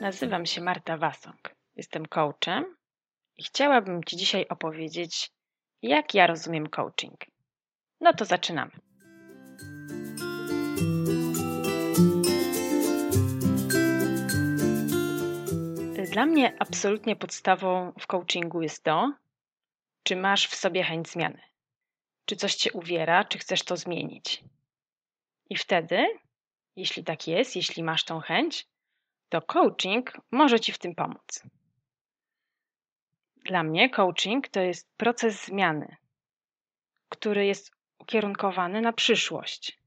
Nazywam się Marta Wasąg. Jestem coachem i chciałabym Ci dzisiaj opowiedzieć, jak ja rozumiem coaching. No to zaczynamy. Dla mnie absolutnie podstawą w coachingu jest to, czy masz w sobie chęć zmiany. Czy coś Cię uwiera, czy chcesz to zmienić. I wtedy, jeśli tak jest, jeśli masz tą chęć, to coaching może Ci w tym pomóc. Dla mnie coaching to jest proces zmiany, który jest ukierunkowany na przyszłość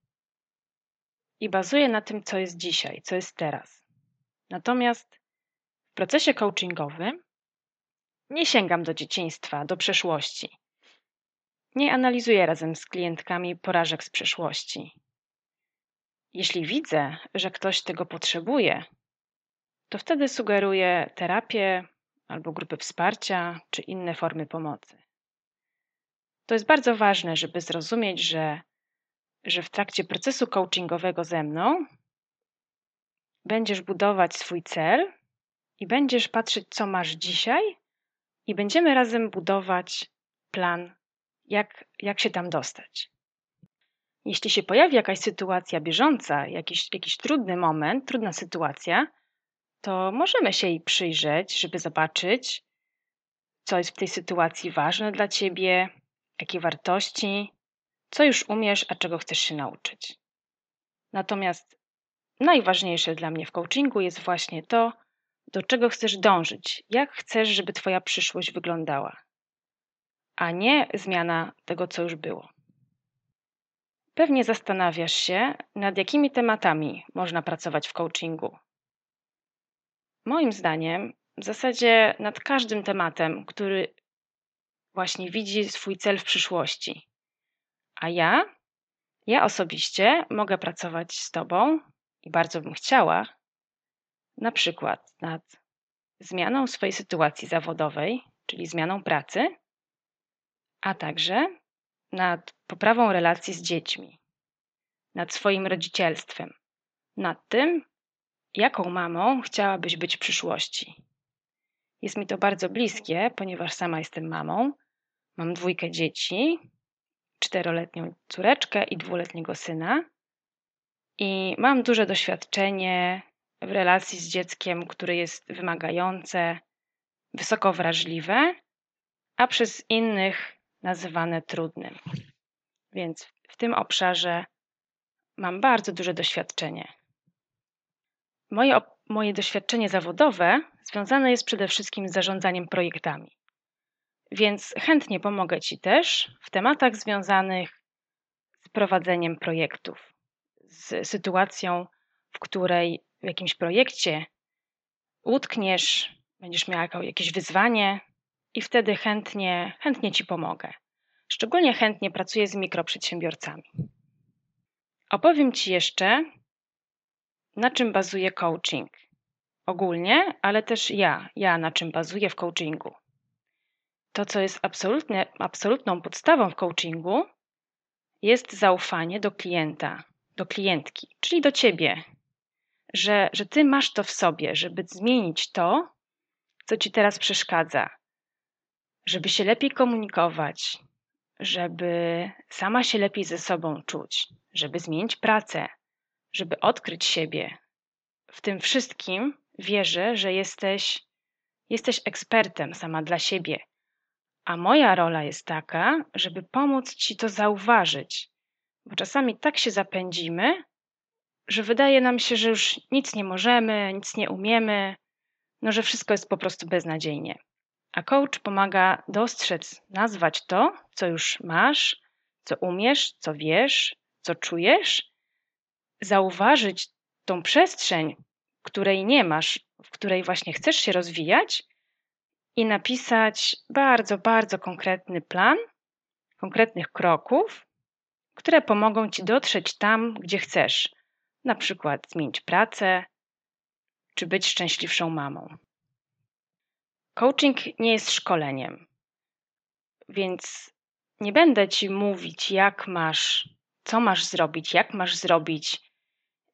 i bazuje na tym, co jest dzisiaj, co jest teraz. Natomiast w procesie coachingowym nie sięgam do dzieciństwa, do przeszłości. Nie analizuję razem z klientkami porażek z przeszłości. Jeśli widzę, że ktoś tego potrzebuje, to wtedy sugeruję terapię albo grupy wsparcia, czy inne formy pomocy. To jest bardzo ważne, żeby zrozumieć, że w trakcie procesu coachingowego ze mną będziesz budować swój cel i będziesz patrzeć, co masz dzisiaj i będziemy razem budować plan, jak się tam dostać. Jeśli się pojawi jakaś sytuacja bieżąca, jakiś trudny moment, trudna sytuacja, to możemy się jej przyjrzeć, żeby zobaczyć, co jest w tej sytuacji ważne dla Ciebie, jakie wartości, co już umiesz, a czego chcesz się nauczyć. Natomiast najważniejsze dla mnie w coachingu jest właśnie to, do czego chcesz dążyć, jak chcesz, żeby Twoja przyszłość wyglądała, a nie zmiana tego, co już było. Pewnie zastanawiasz się, nad jakimi tematami można pracować w coachingu. Moim zdaniem, w zasadzie nad każdym tematem, który właśnie widzi swój cel w przyszłości. A ja osobiście mogę pracować z Tobą i bardzo bym chciała, na przykład nad zmianą swojej sytuacji zawodowej, czyli zmianą pracy, a także nad poprawą relacji z dziećmi, nad swoim rodzicielstwem, nad tym, jaką mamą chciałabyś być w przyszłości. Jest mi to bardzo bliskie, ponieważ sama jestem mamą. Mam 2 dzieci, 4-letnią córeczkę i 2-letniego syna i mam duże doświadczenie w relacji z dzieckiem, które jest wymagające, wysoko wrażliwe, a przez innych nazywane trudnym. Więc w tym obszarze mam bardzo duże doświadczenie. Moje doświadczenie zawodowe związane jest przede wszystkim z zarządzaniem projektami. Więc chętnie pomogę Ci też w tematach związanych z prowadzeniem projektów, z sytuacją, w której w jakimś projekcie utkniesz, będziesz miała jakieś wyzwanie i wtedy chętnie Ci pomogę. Szczególnie chętnie pracuję z mikroprzedsiębiorcami. Opowiem Ci jeszcze, na czym bazuje coaching. Ogólnie, ale też ja na czym bazuję w coachingu. To, co jest absolutną podstawą w coachingu, jest zaufanie do klienta, do klientki, czyli do Ciebie, że Ty masz to w sobie, żeby zmienić to, co Ci teraz przeszkadza, żeby się lepiej komunikować, żeby sama się lepiej ze sobą czuć, żeby zmienić pracę, żeby odkryć siebie. W tym wszystkim wierzę, że jesteś ekspertem sama dla siebie. A moja rola jest taka, żeby pomóc Ci to zauważyć, bo czasami tak się zapędzimy, że wydaje nam się, że już nic nie możemy, nic nie umiemy, że wszystko jest po prostu beznadziejnie. A coach pomaga dostrzec, nazwać to, co już masz, co umiesz, co wiesz, co czujesz, zauważyć tą przestrzeń, której nie masz, w której właśnie chcesz się rozwijać i napisać bardzo, bardzo konkretny plan, konkretnych kroków, które pomogą Ci dotrzeć tam, gdzie chcesz. Na przykład zmienić pracę, czy być szczęśliwszą mamą. Coaching nie jest szkoleniem, więc nie będę Ci mówić, co masz zrobić, jak masz zrobić,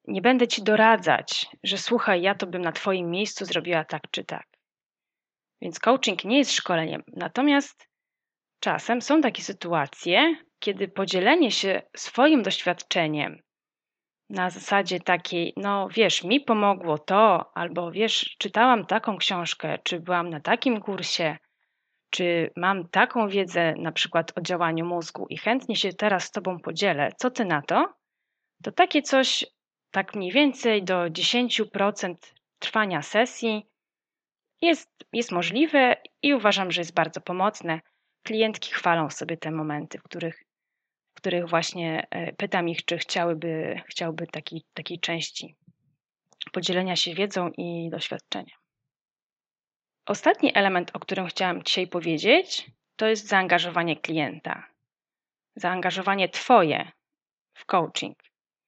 Nie będę ci doradzać, że słuchaj, ja to bym na twoim miejscu zrobiła tak czy tak. Więc coaching nie jest szkoleniem. Natomiast czasem są takie sytuacje, kiedy podzielenie się swoim doświadczeniem na zasadzie takiej, no wiesz, mi pomogło to, albo wiesz, czytałam taką książkę, czy byłam na takim kursie, czy mam taką wiedzę na przykład o działaniu mózgu i chętnie się teraz z tobą podzielę, co ty na to? To takie coś, tak mniej więcej do 10% trwania sesji jest możliwe i uważam, że jest bardzo pomocne. Klientki chwalą sobie te momenty, w których właśnie pytam ich, czy chciałby takiej części podzielenia się wiedzą i doświadczeniem. Ostatni element, o którym chciałam dzisiaj powiedzieć, to jest zaangażowanie klienta. Zaangażowanie twoje w coaching.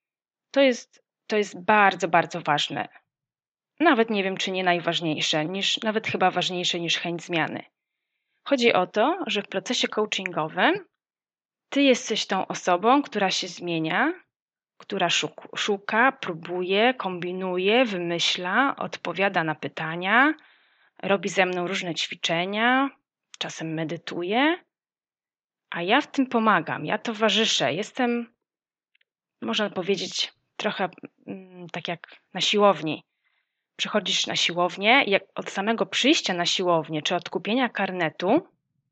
To jest bardzo, bardzo ważne. Nawet nie wiem, czy nie najważniejsze, nawet chyba ważniejsze niż chęć zmiany. Chodzi o to, że w procesie coachingowym ty jesteś tą osobą, która się zmienia, która szuka, próbuje, kombinuje, wymyśla, odpowiada na pytania, robi ze mną różne ćwiczenia, czasem medytuje, a ja w tym pomagam, ja towarzyszę. Jestem, można powiedzieć, trochę tak jak na siłowni. Przychodzisz na siłownię i jak od samego przyjścia na siłownię czy od kupienia karnetu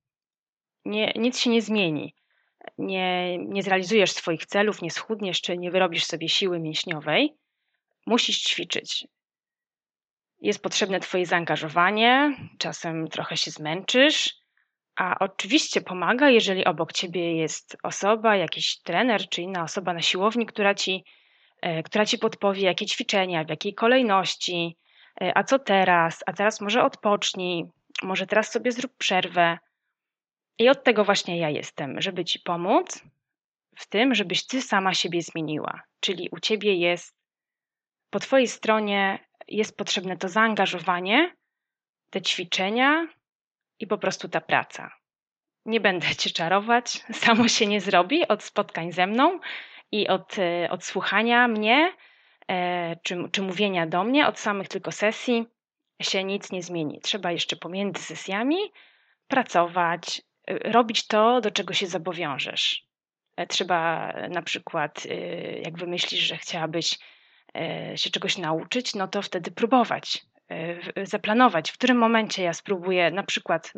nic się nie zmieni. Nie zrealizujesz swoich celów, nie schudniesz czy nie wyrobisz sobie siły mięśniowej. Musisz ćwiczyć. Jest potrzebne twoje zaangażowanie, czasem trochę się zmęczysz, a oczywiście pomaga, jeżeli obok ciebie jest osoba, jakiś trener czy inna osoba na siłowni, która ci podpowie, jakie ćwiczenia, w jakiej kolejności, a co teraz, a teraz może odpocznij, może teraz sobie zrób przerwę. I od tego właśnie ja jestem, żeby ci pomóc w tym, żebyś ty sama siebie zmieniła. Czyli u ciebie jest, po twojej stronie jest potrzebne to zaangażowanie, te ćwiczenia i po prostu ta praca. Nie będę cię czarować, samo się nie zrobi od spotkań ze mną i od słuchania mnie, czy mówienia do mnie, od samych tylko sesji się nic nie zmieni. Trzeba jeszcze pomiędzy sesjami pracować, robić to, do czego się zobowiążesz. Trzeba na przykład, jak wymyślisz, że chciałabyś się czegoś nauczyć, no to wtedy próbować, zaplanować, w którym momencie ja spróbuję na przykład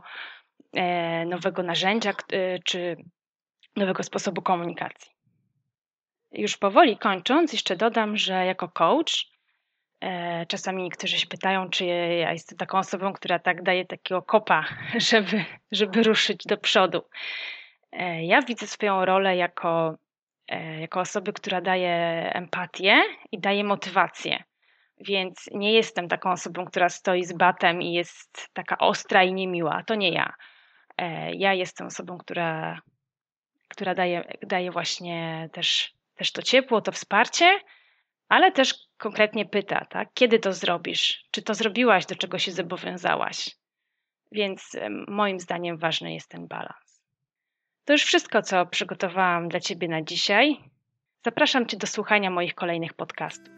nowego narzędzia czy nowego sposobu komunikacji. Już powoli kończąc, jeszcze dodam, że jako coach czasami niektórzy się pytają, czy ja jestem taką osobą, która tak daje takiego kopa, żeby ruszyć do przodu. Ja widzę swoją rolę jako osoby, która daje empatię i daje motywację. Więc nie jestem taką osobą, która stoi z batem i jest taka ostra i niemiła. To nie ja. Ja jestem osobą, która daje właśnie też to ciepło, to wsparcie, ale też konkretnie pyta, tak? Kiedy to zrobisz? Czy to zrobiłaś, do czego się zobowiązałaś? Więc moim zdaniem ważny jest ten balans. To już wszystko, co przygotowałam dla ciebie na dzisiaj. Zapraszam cię do słuchania moich kolejnych podcastów.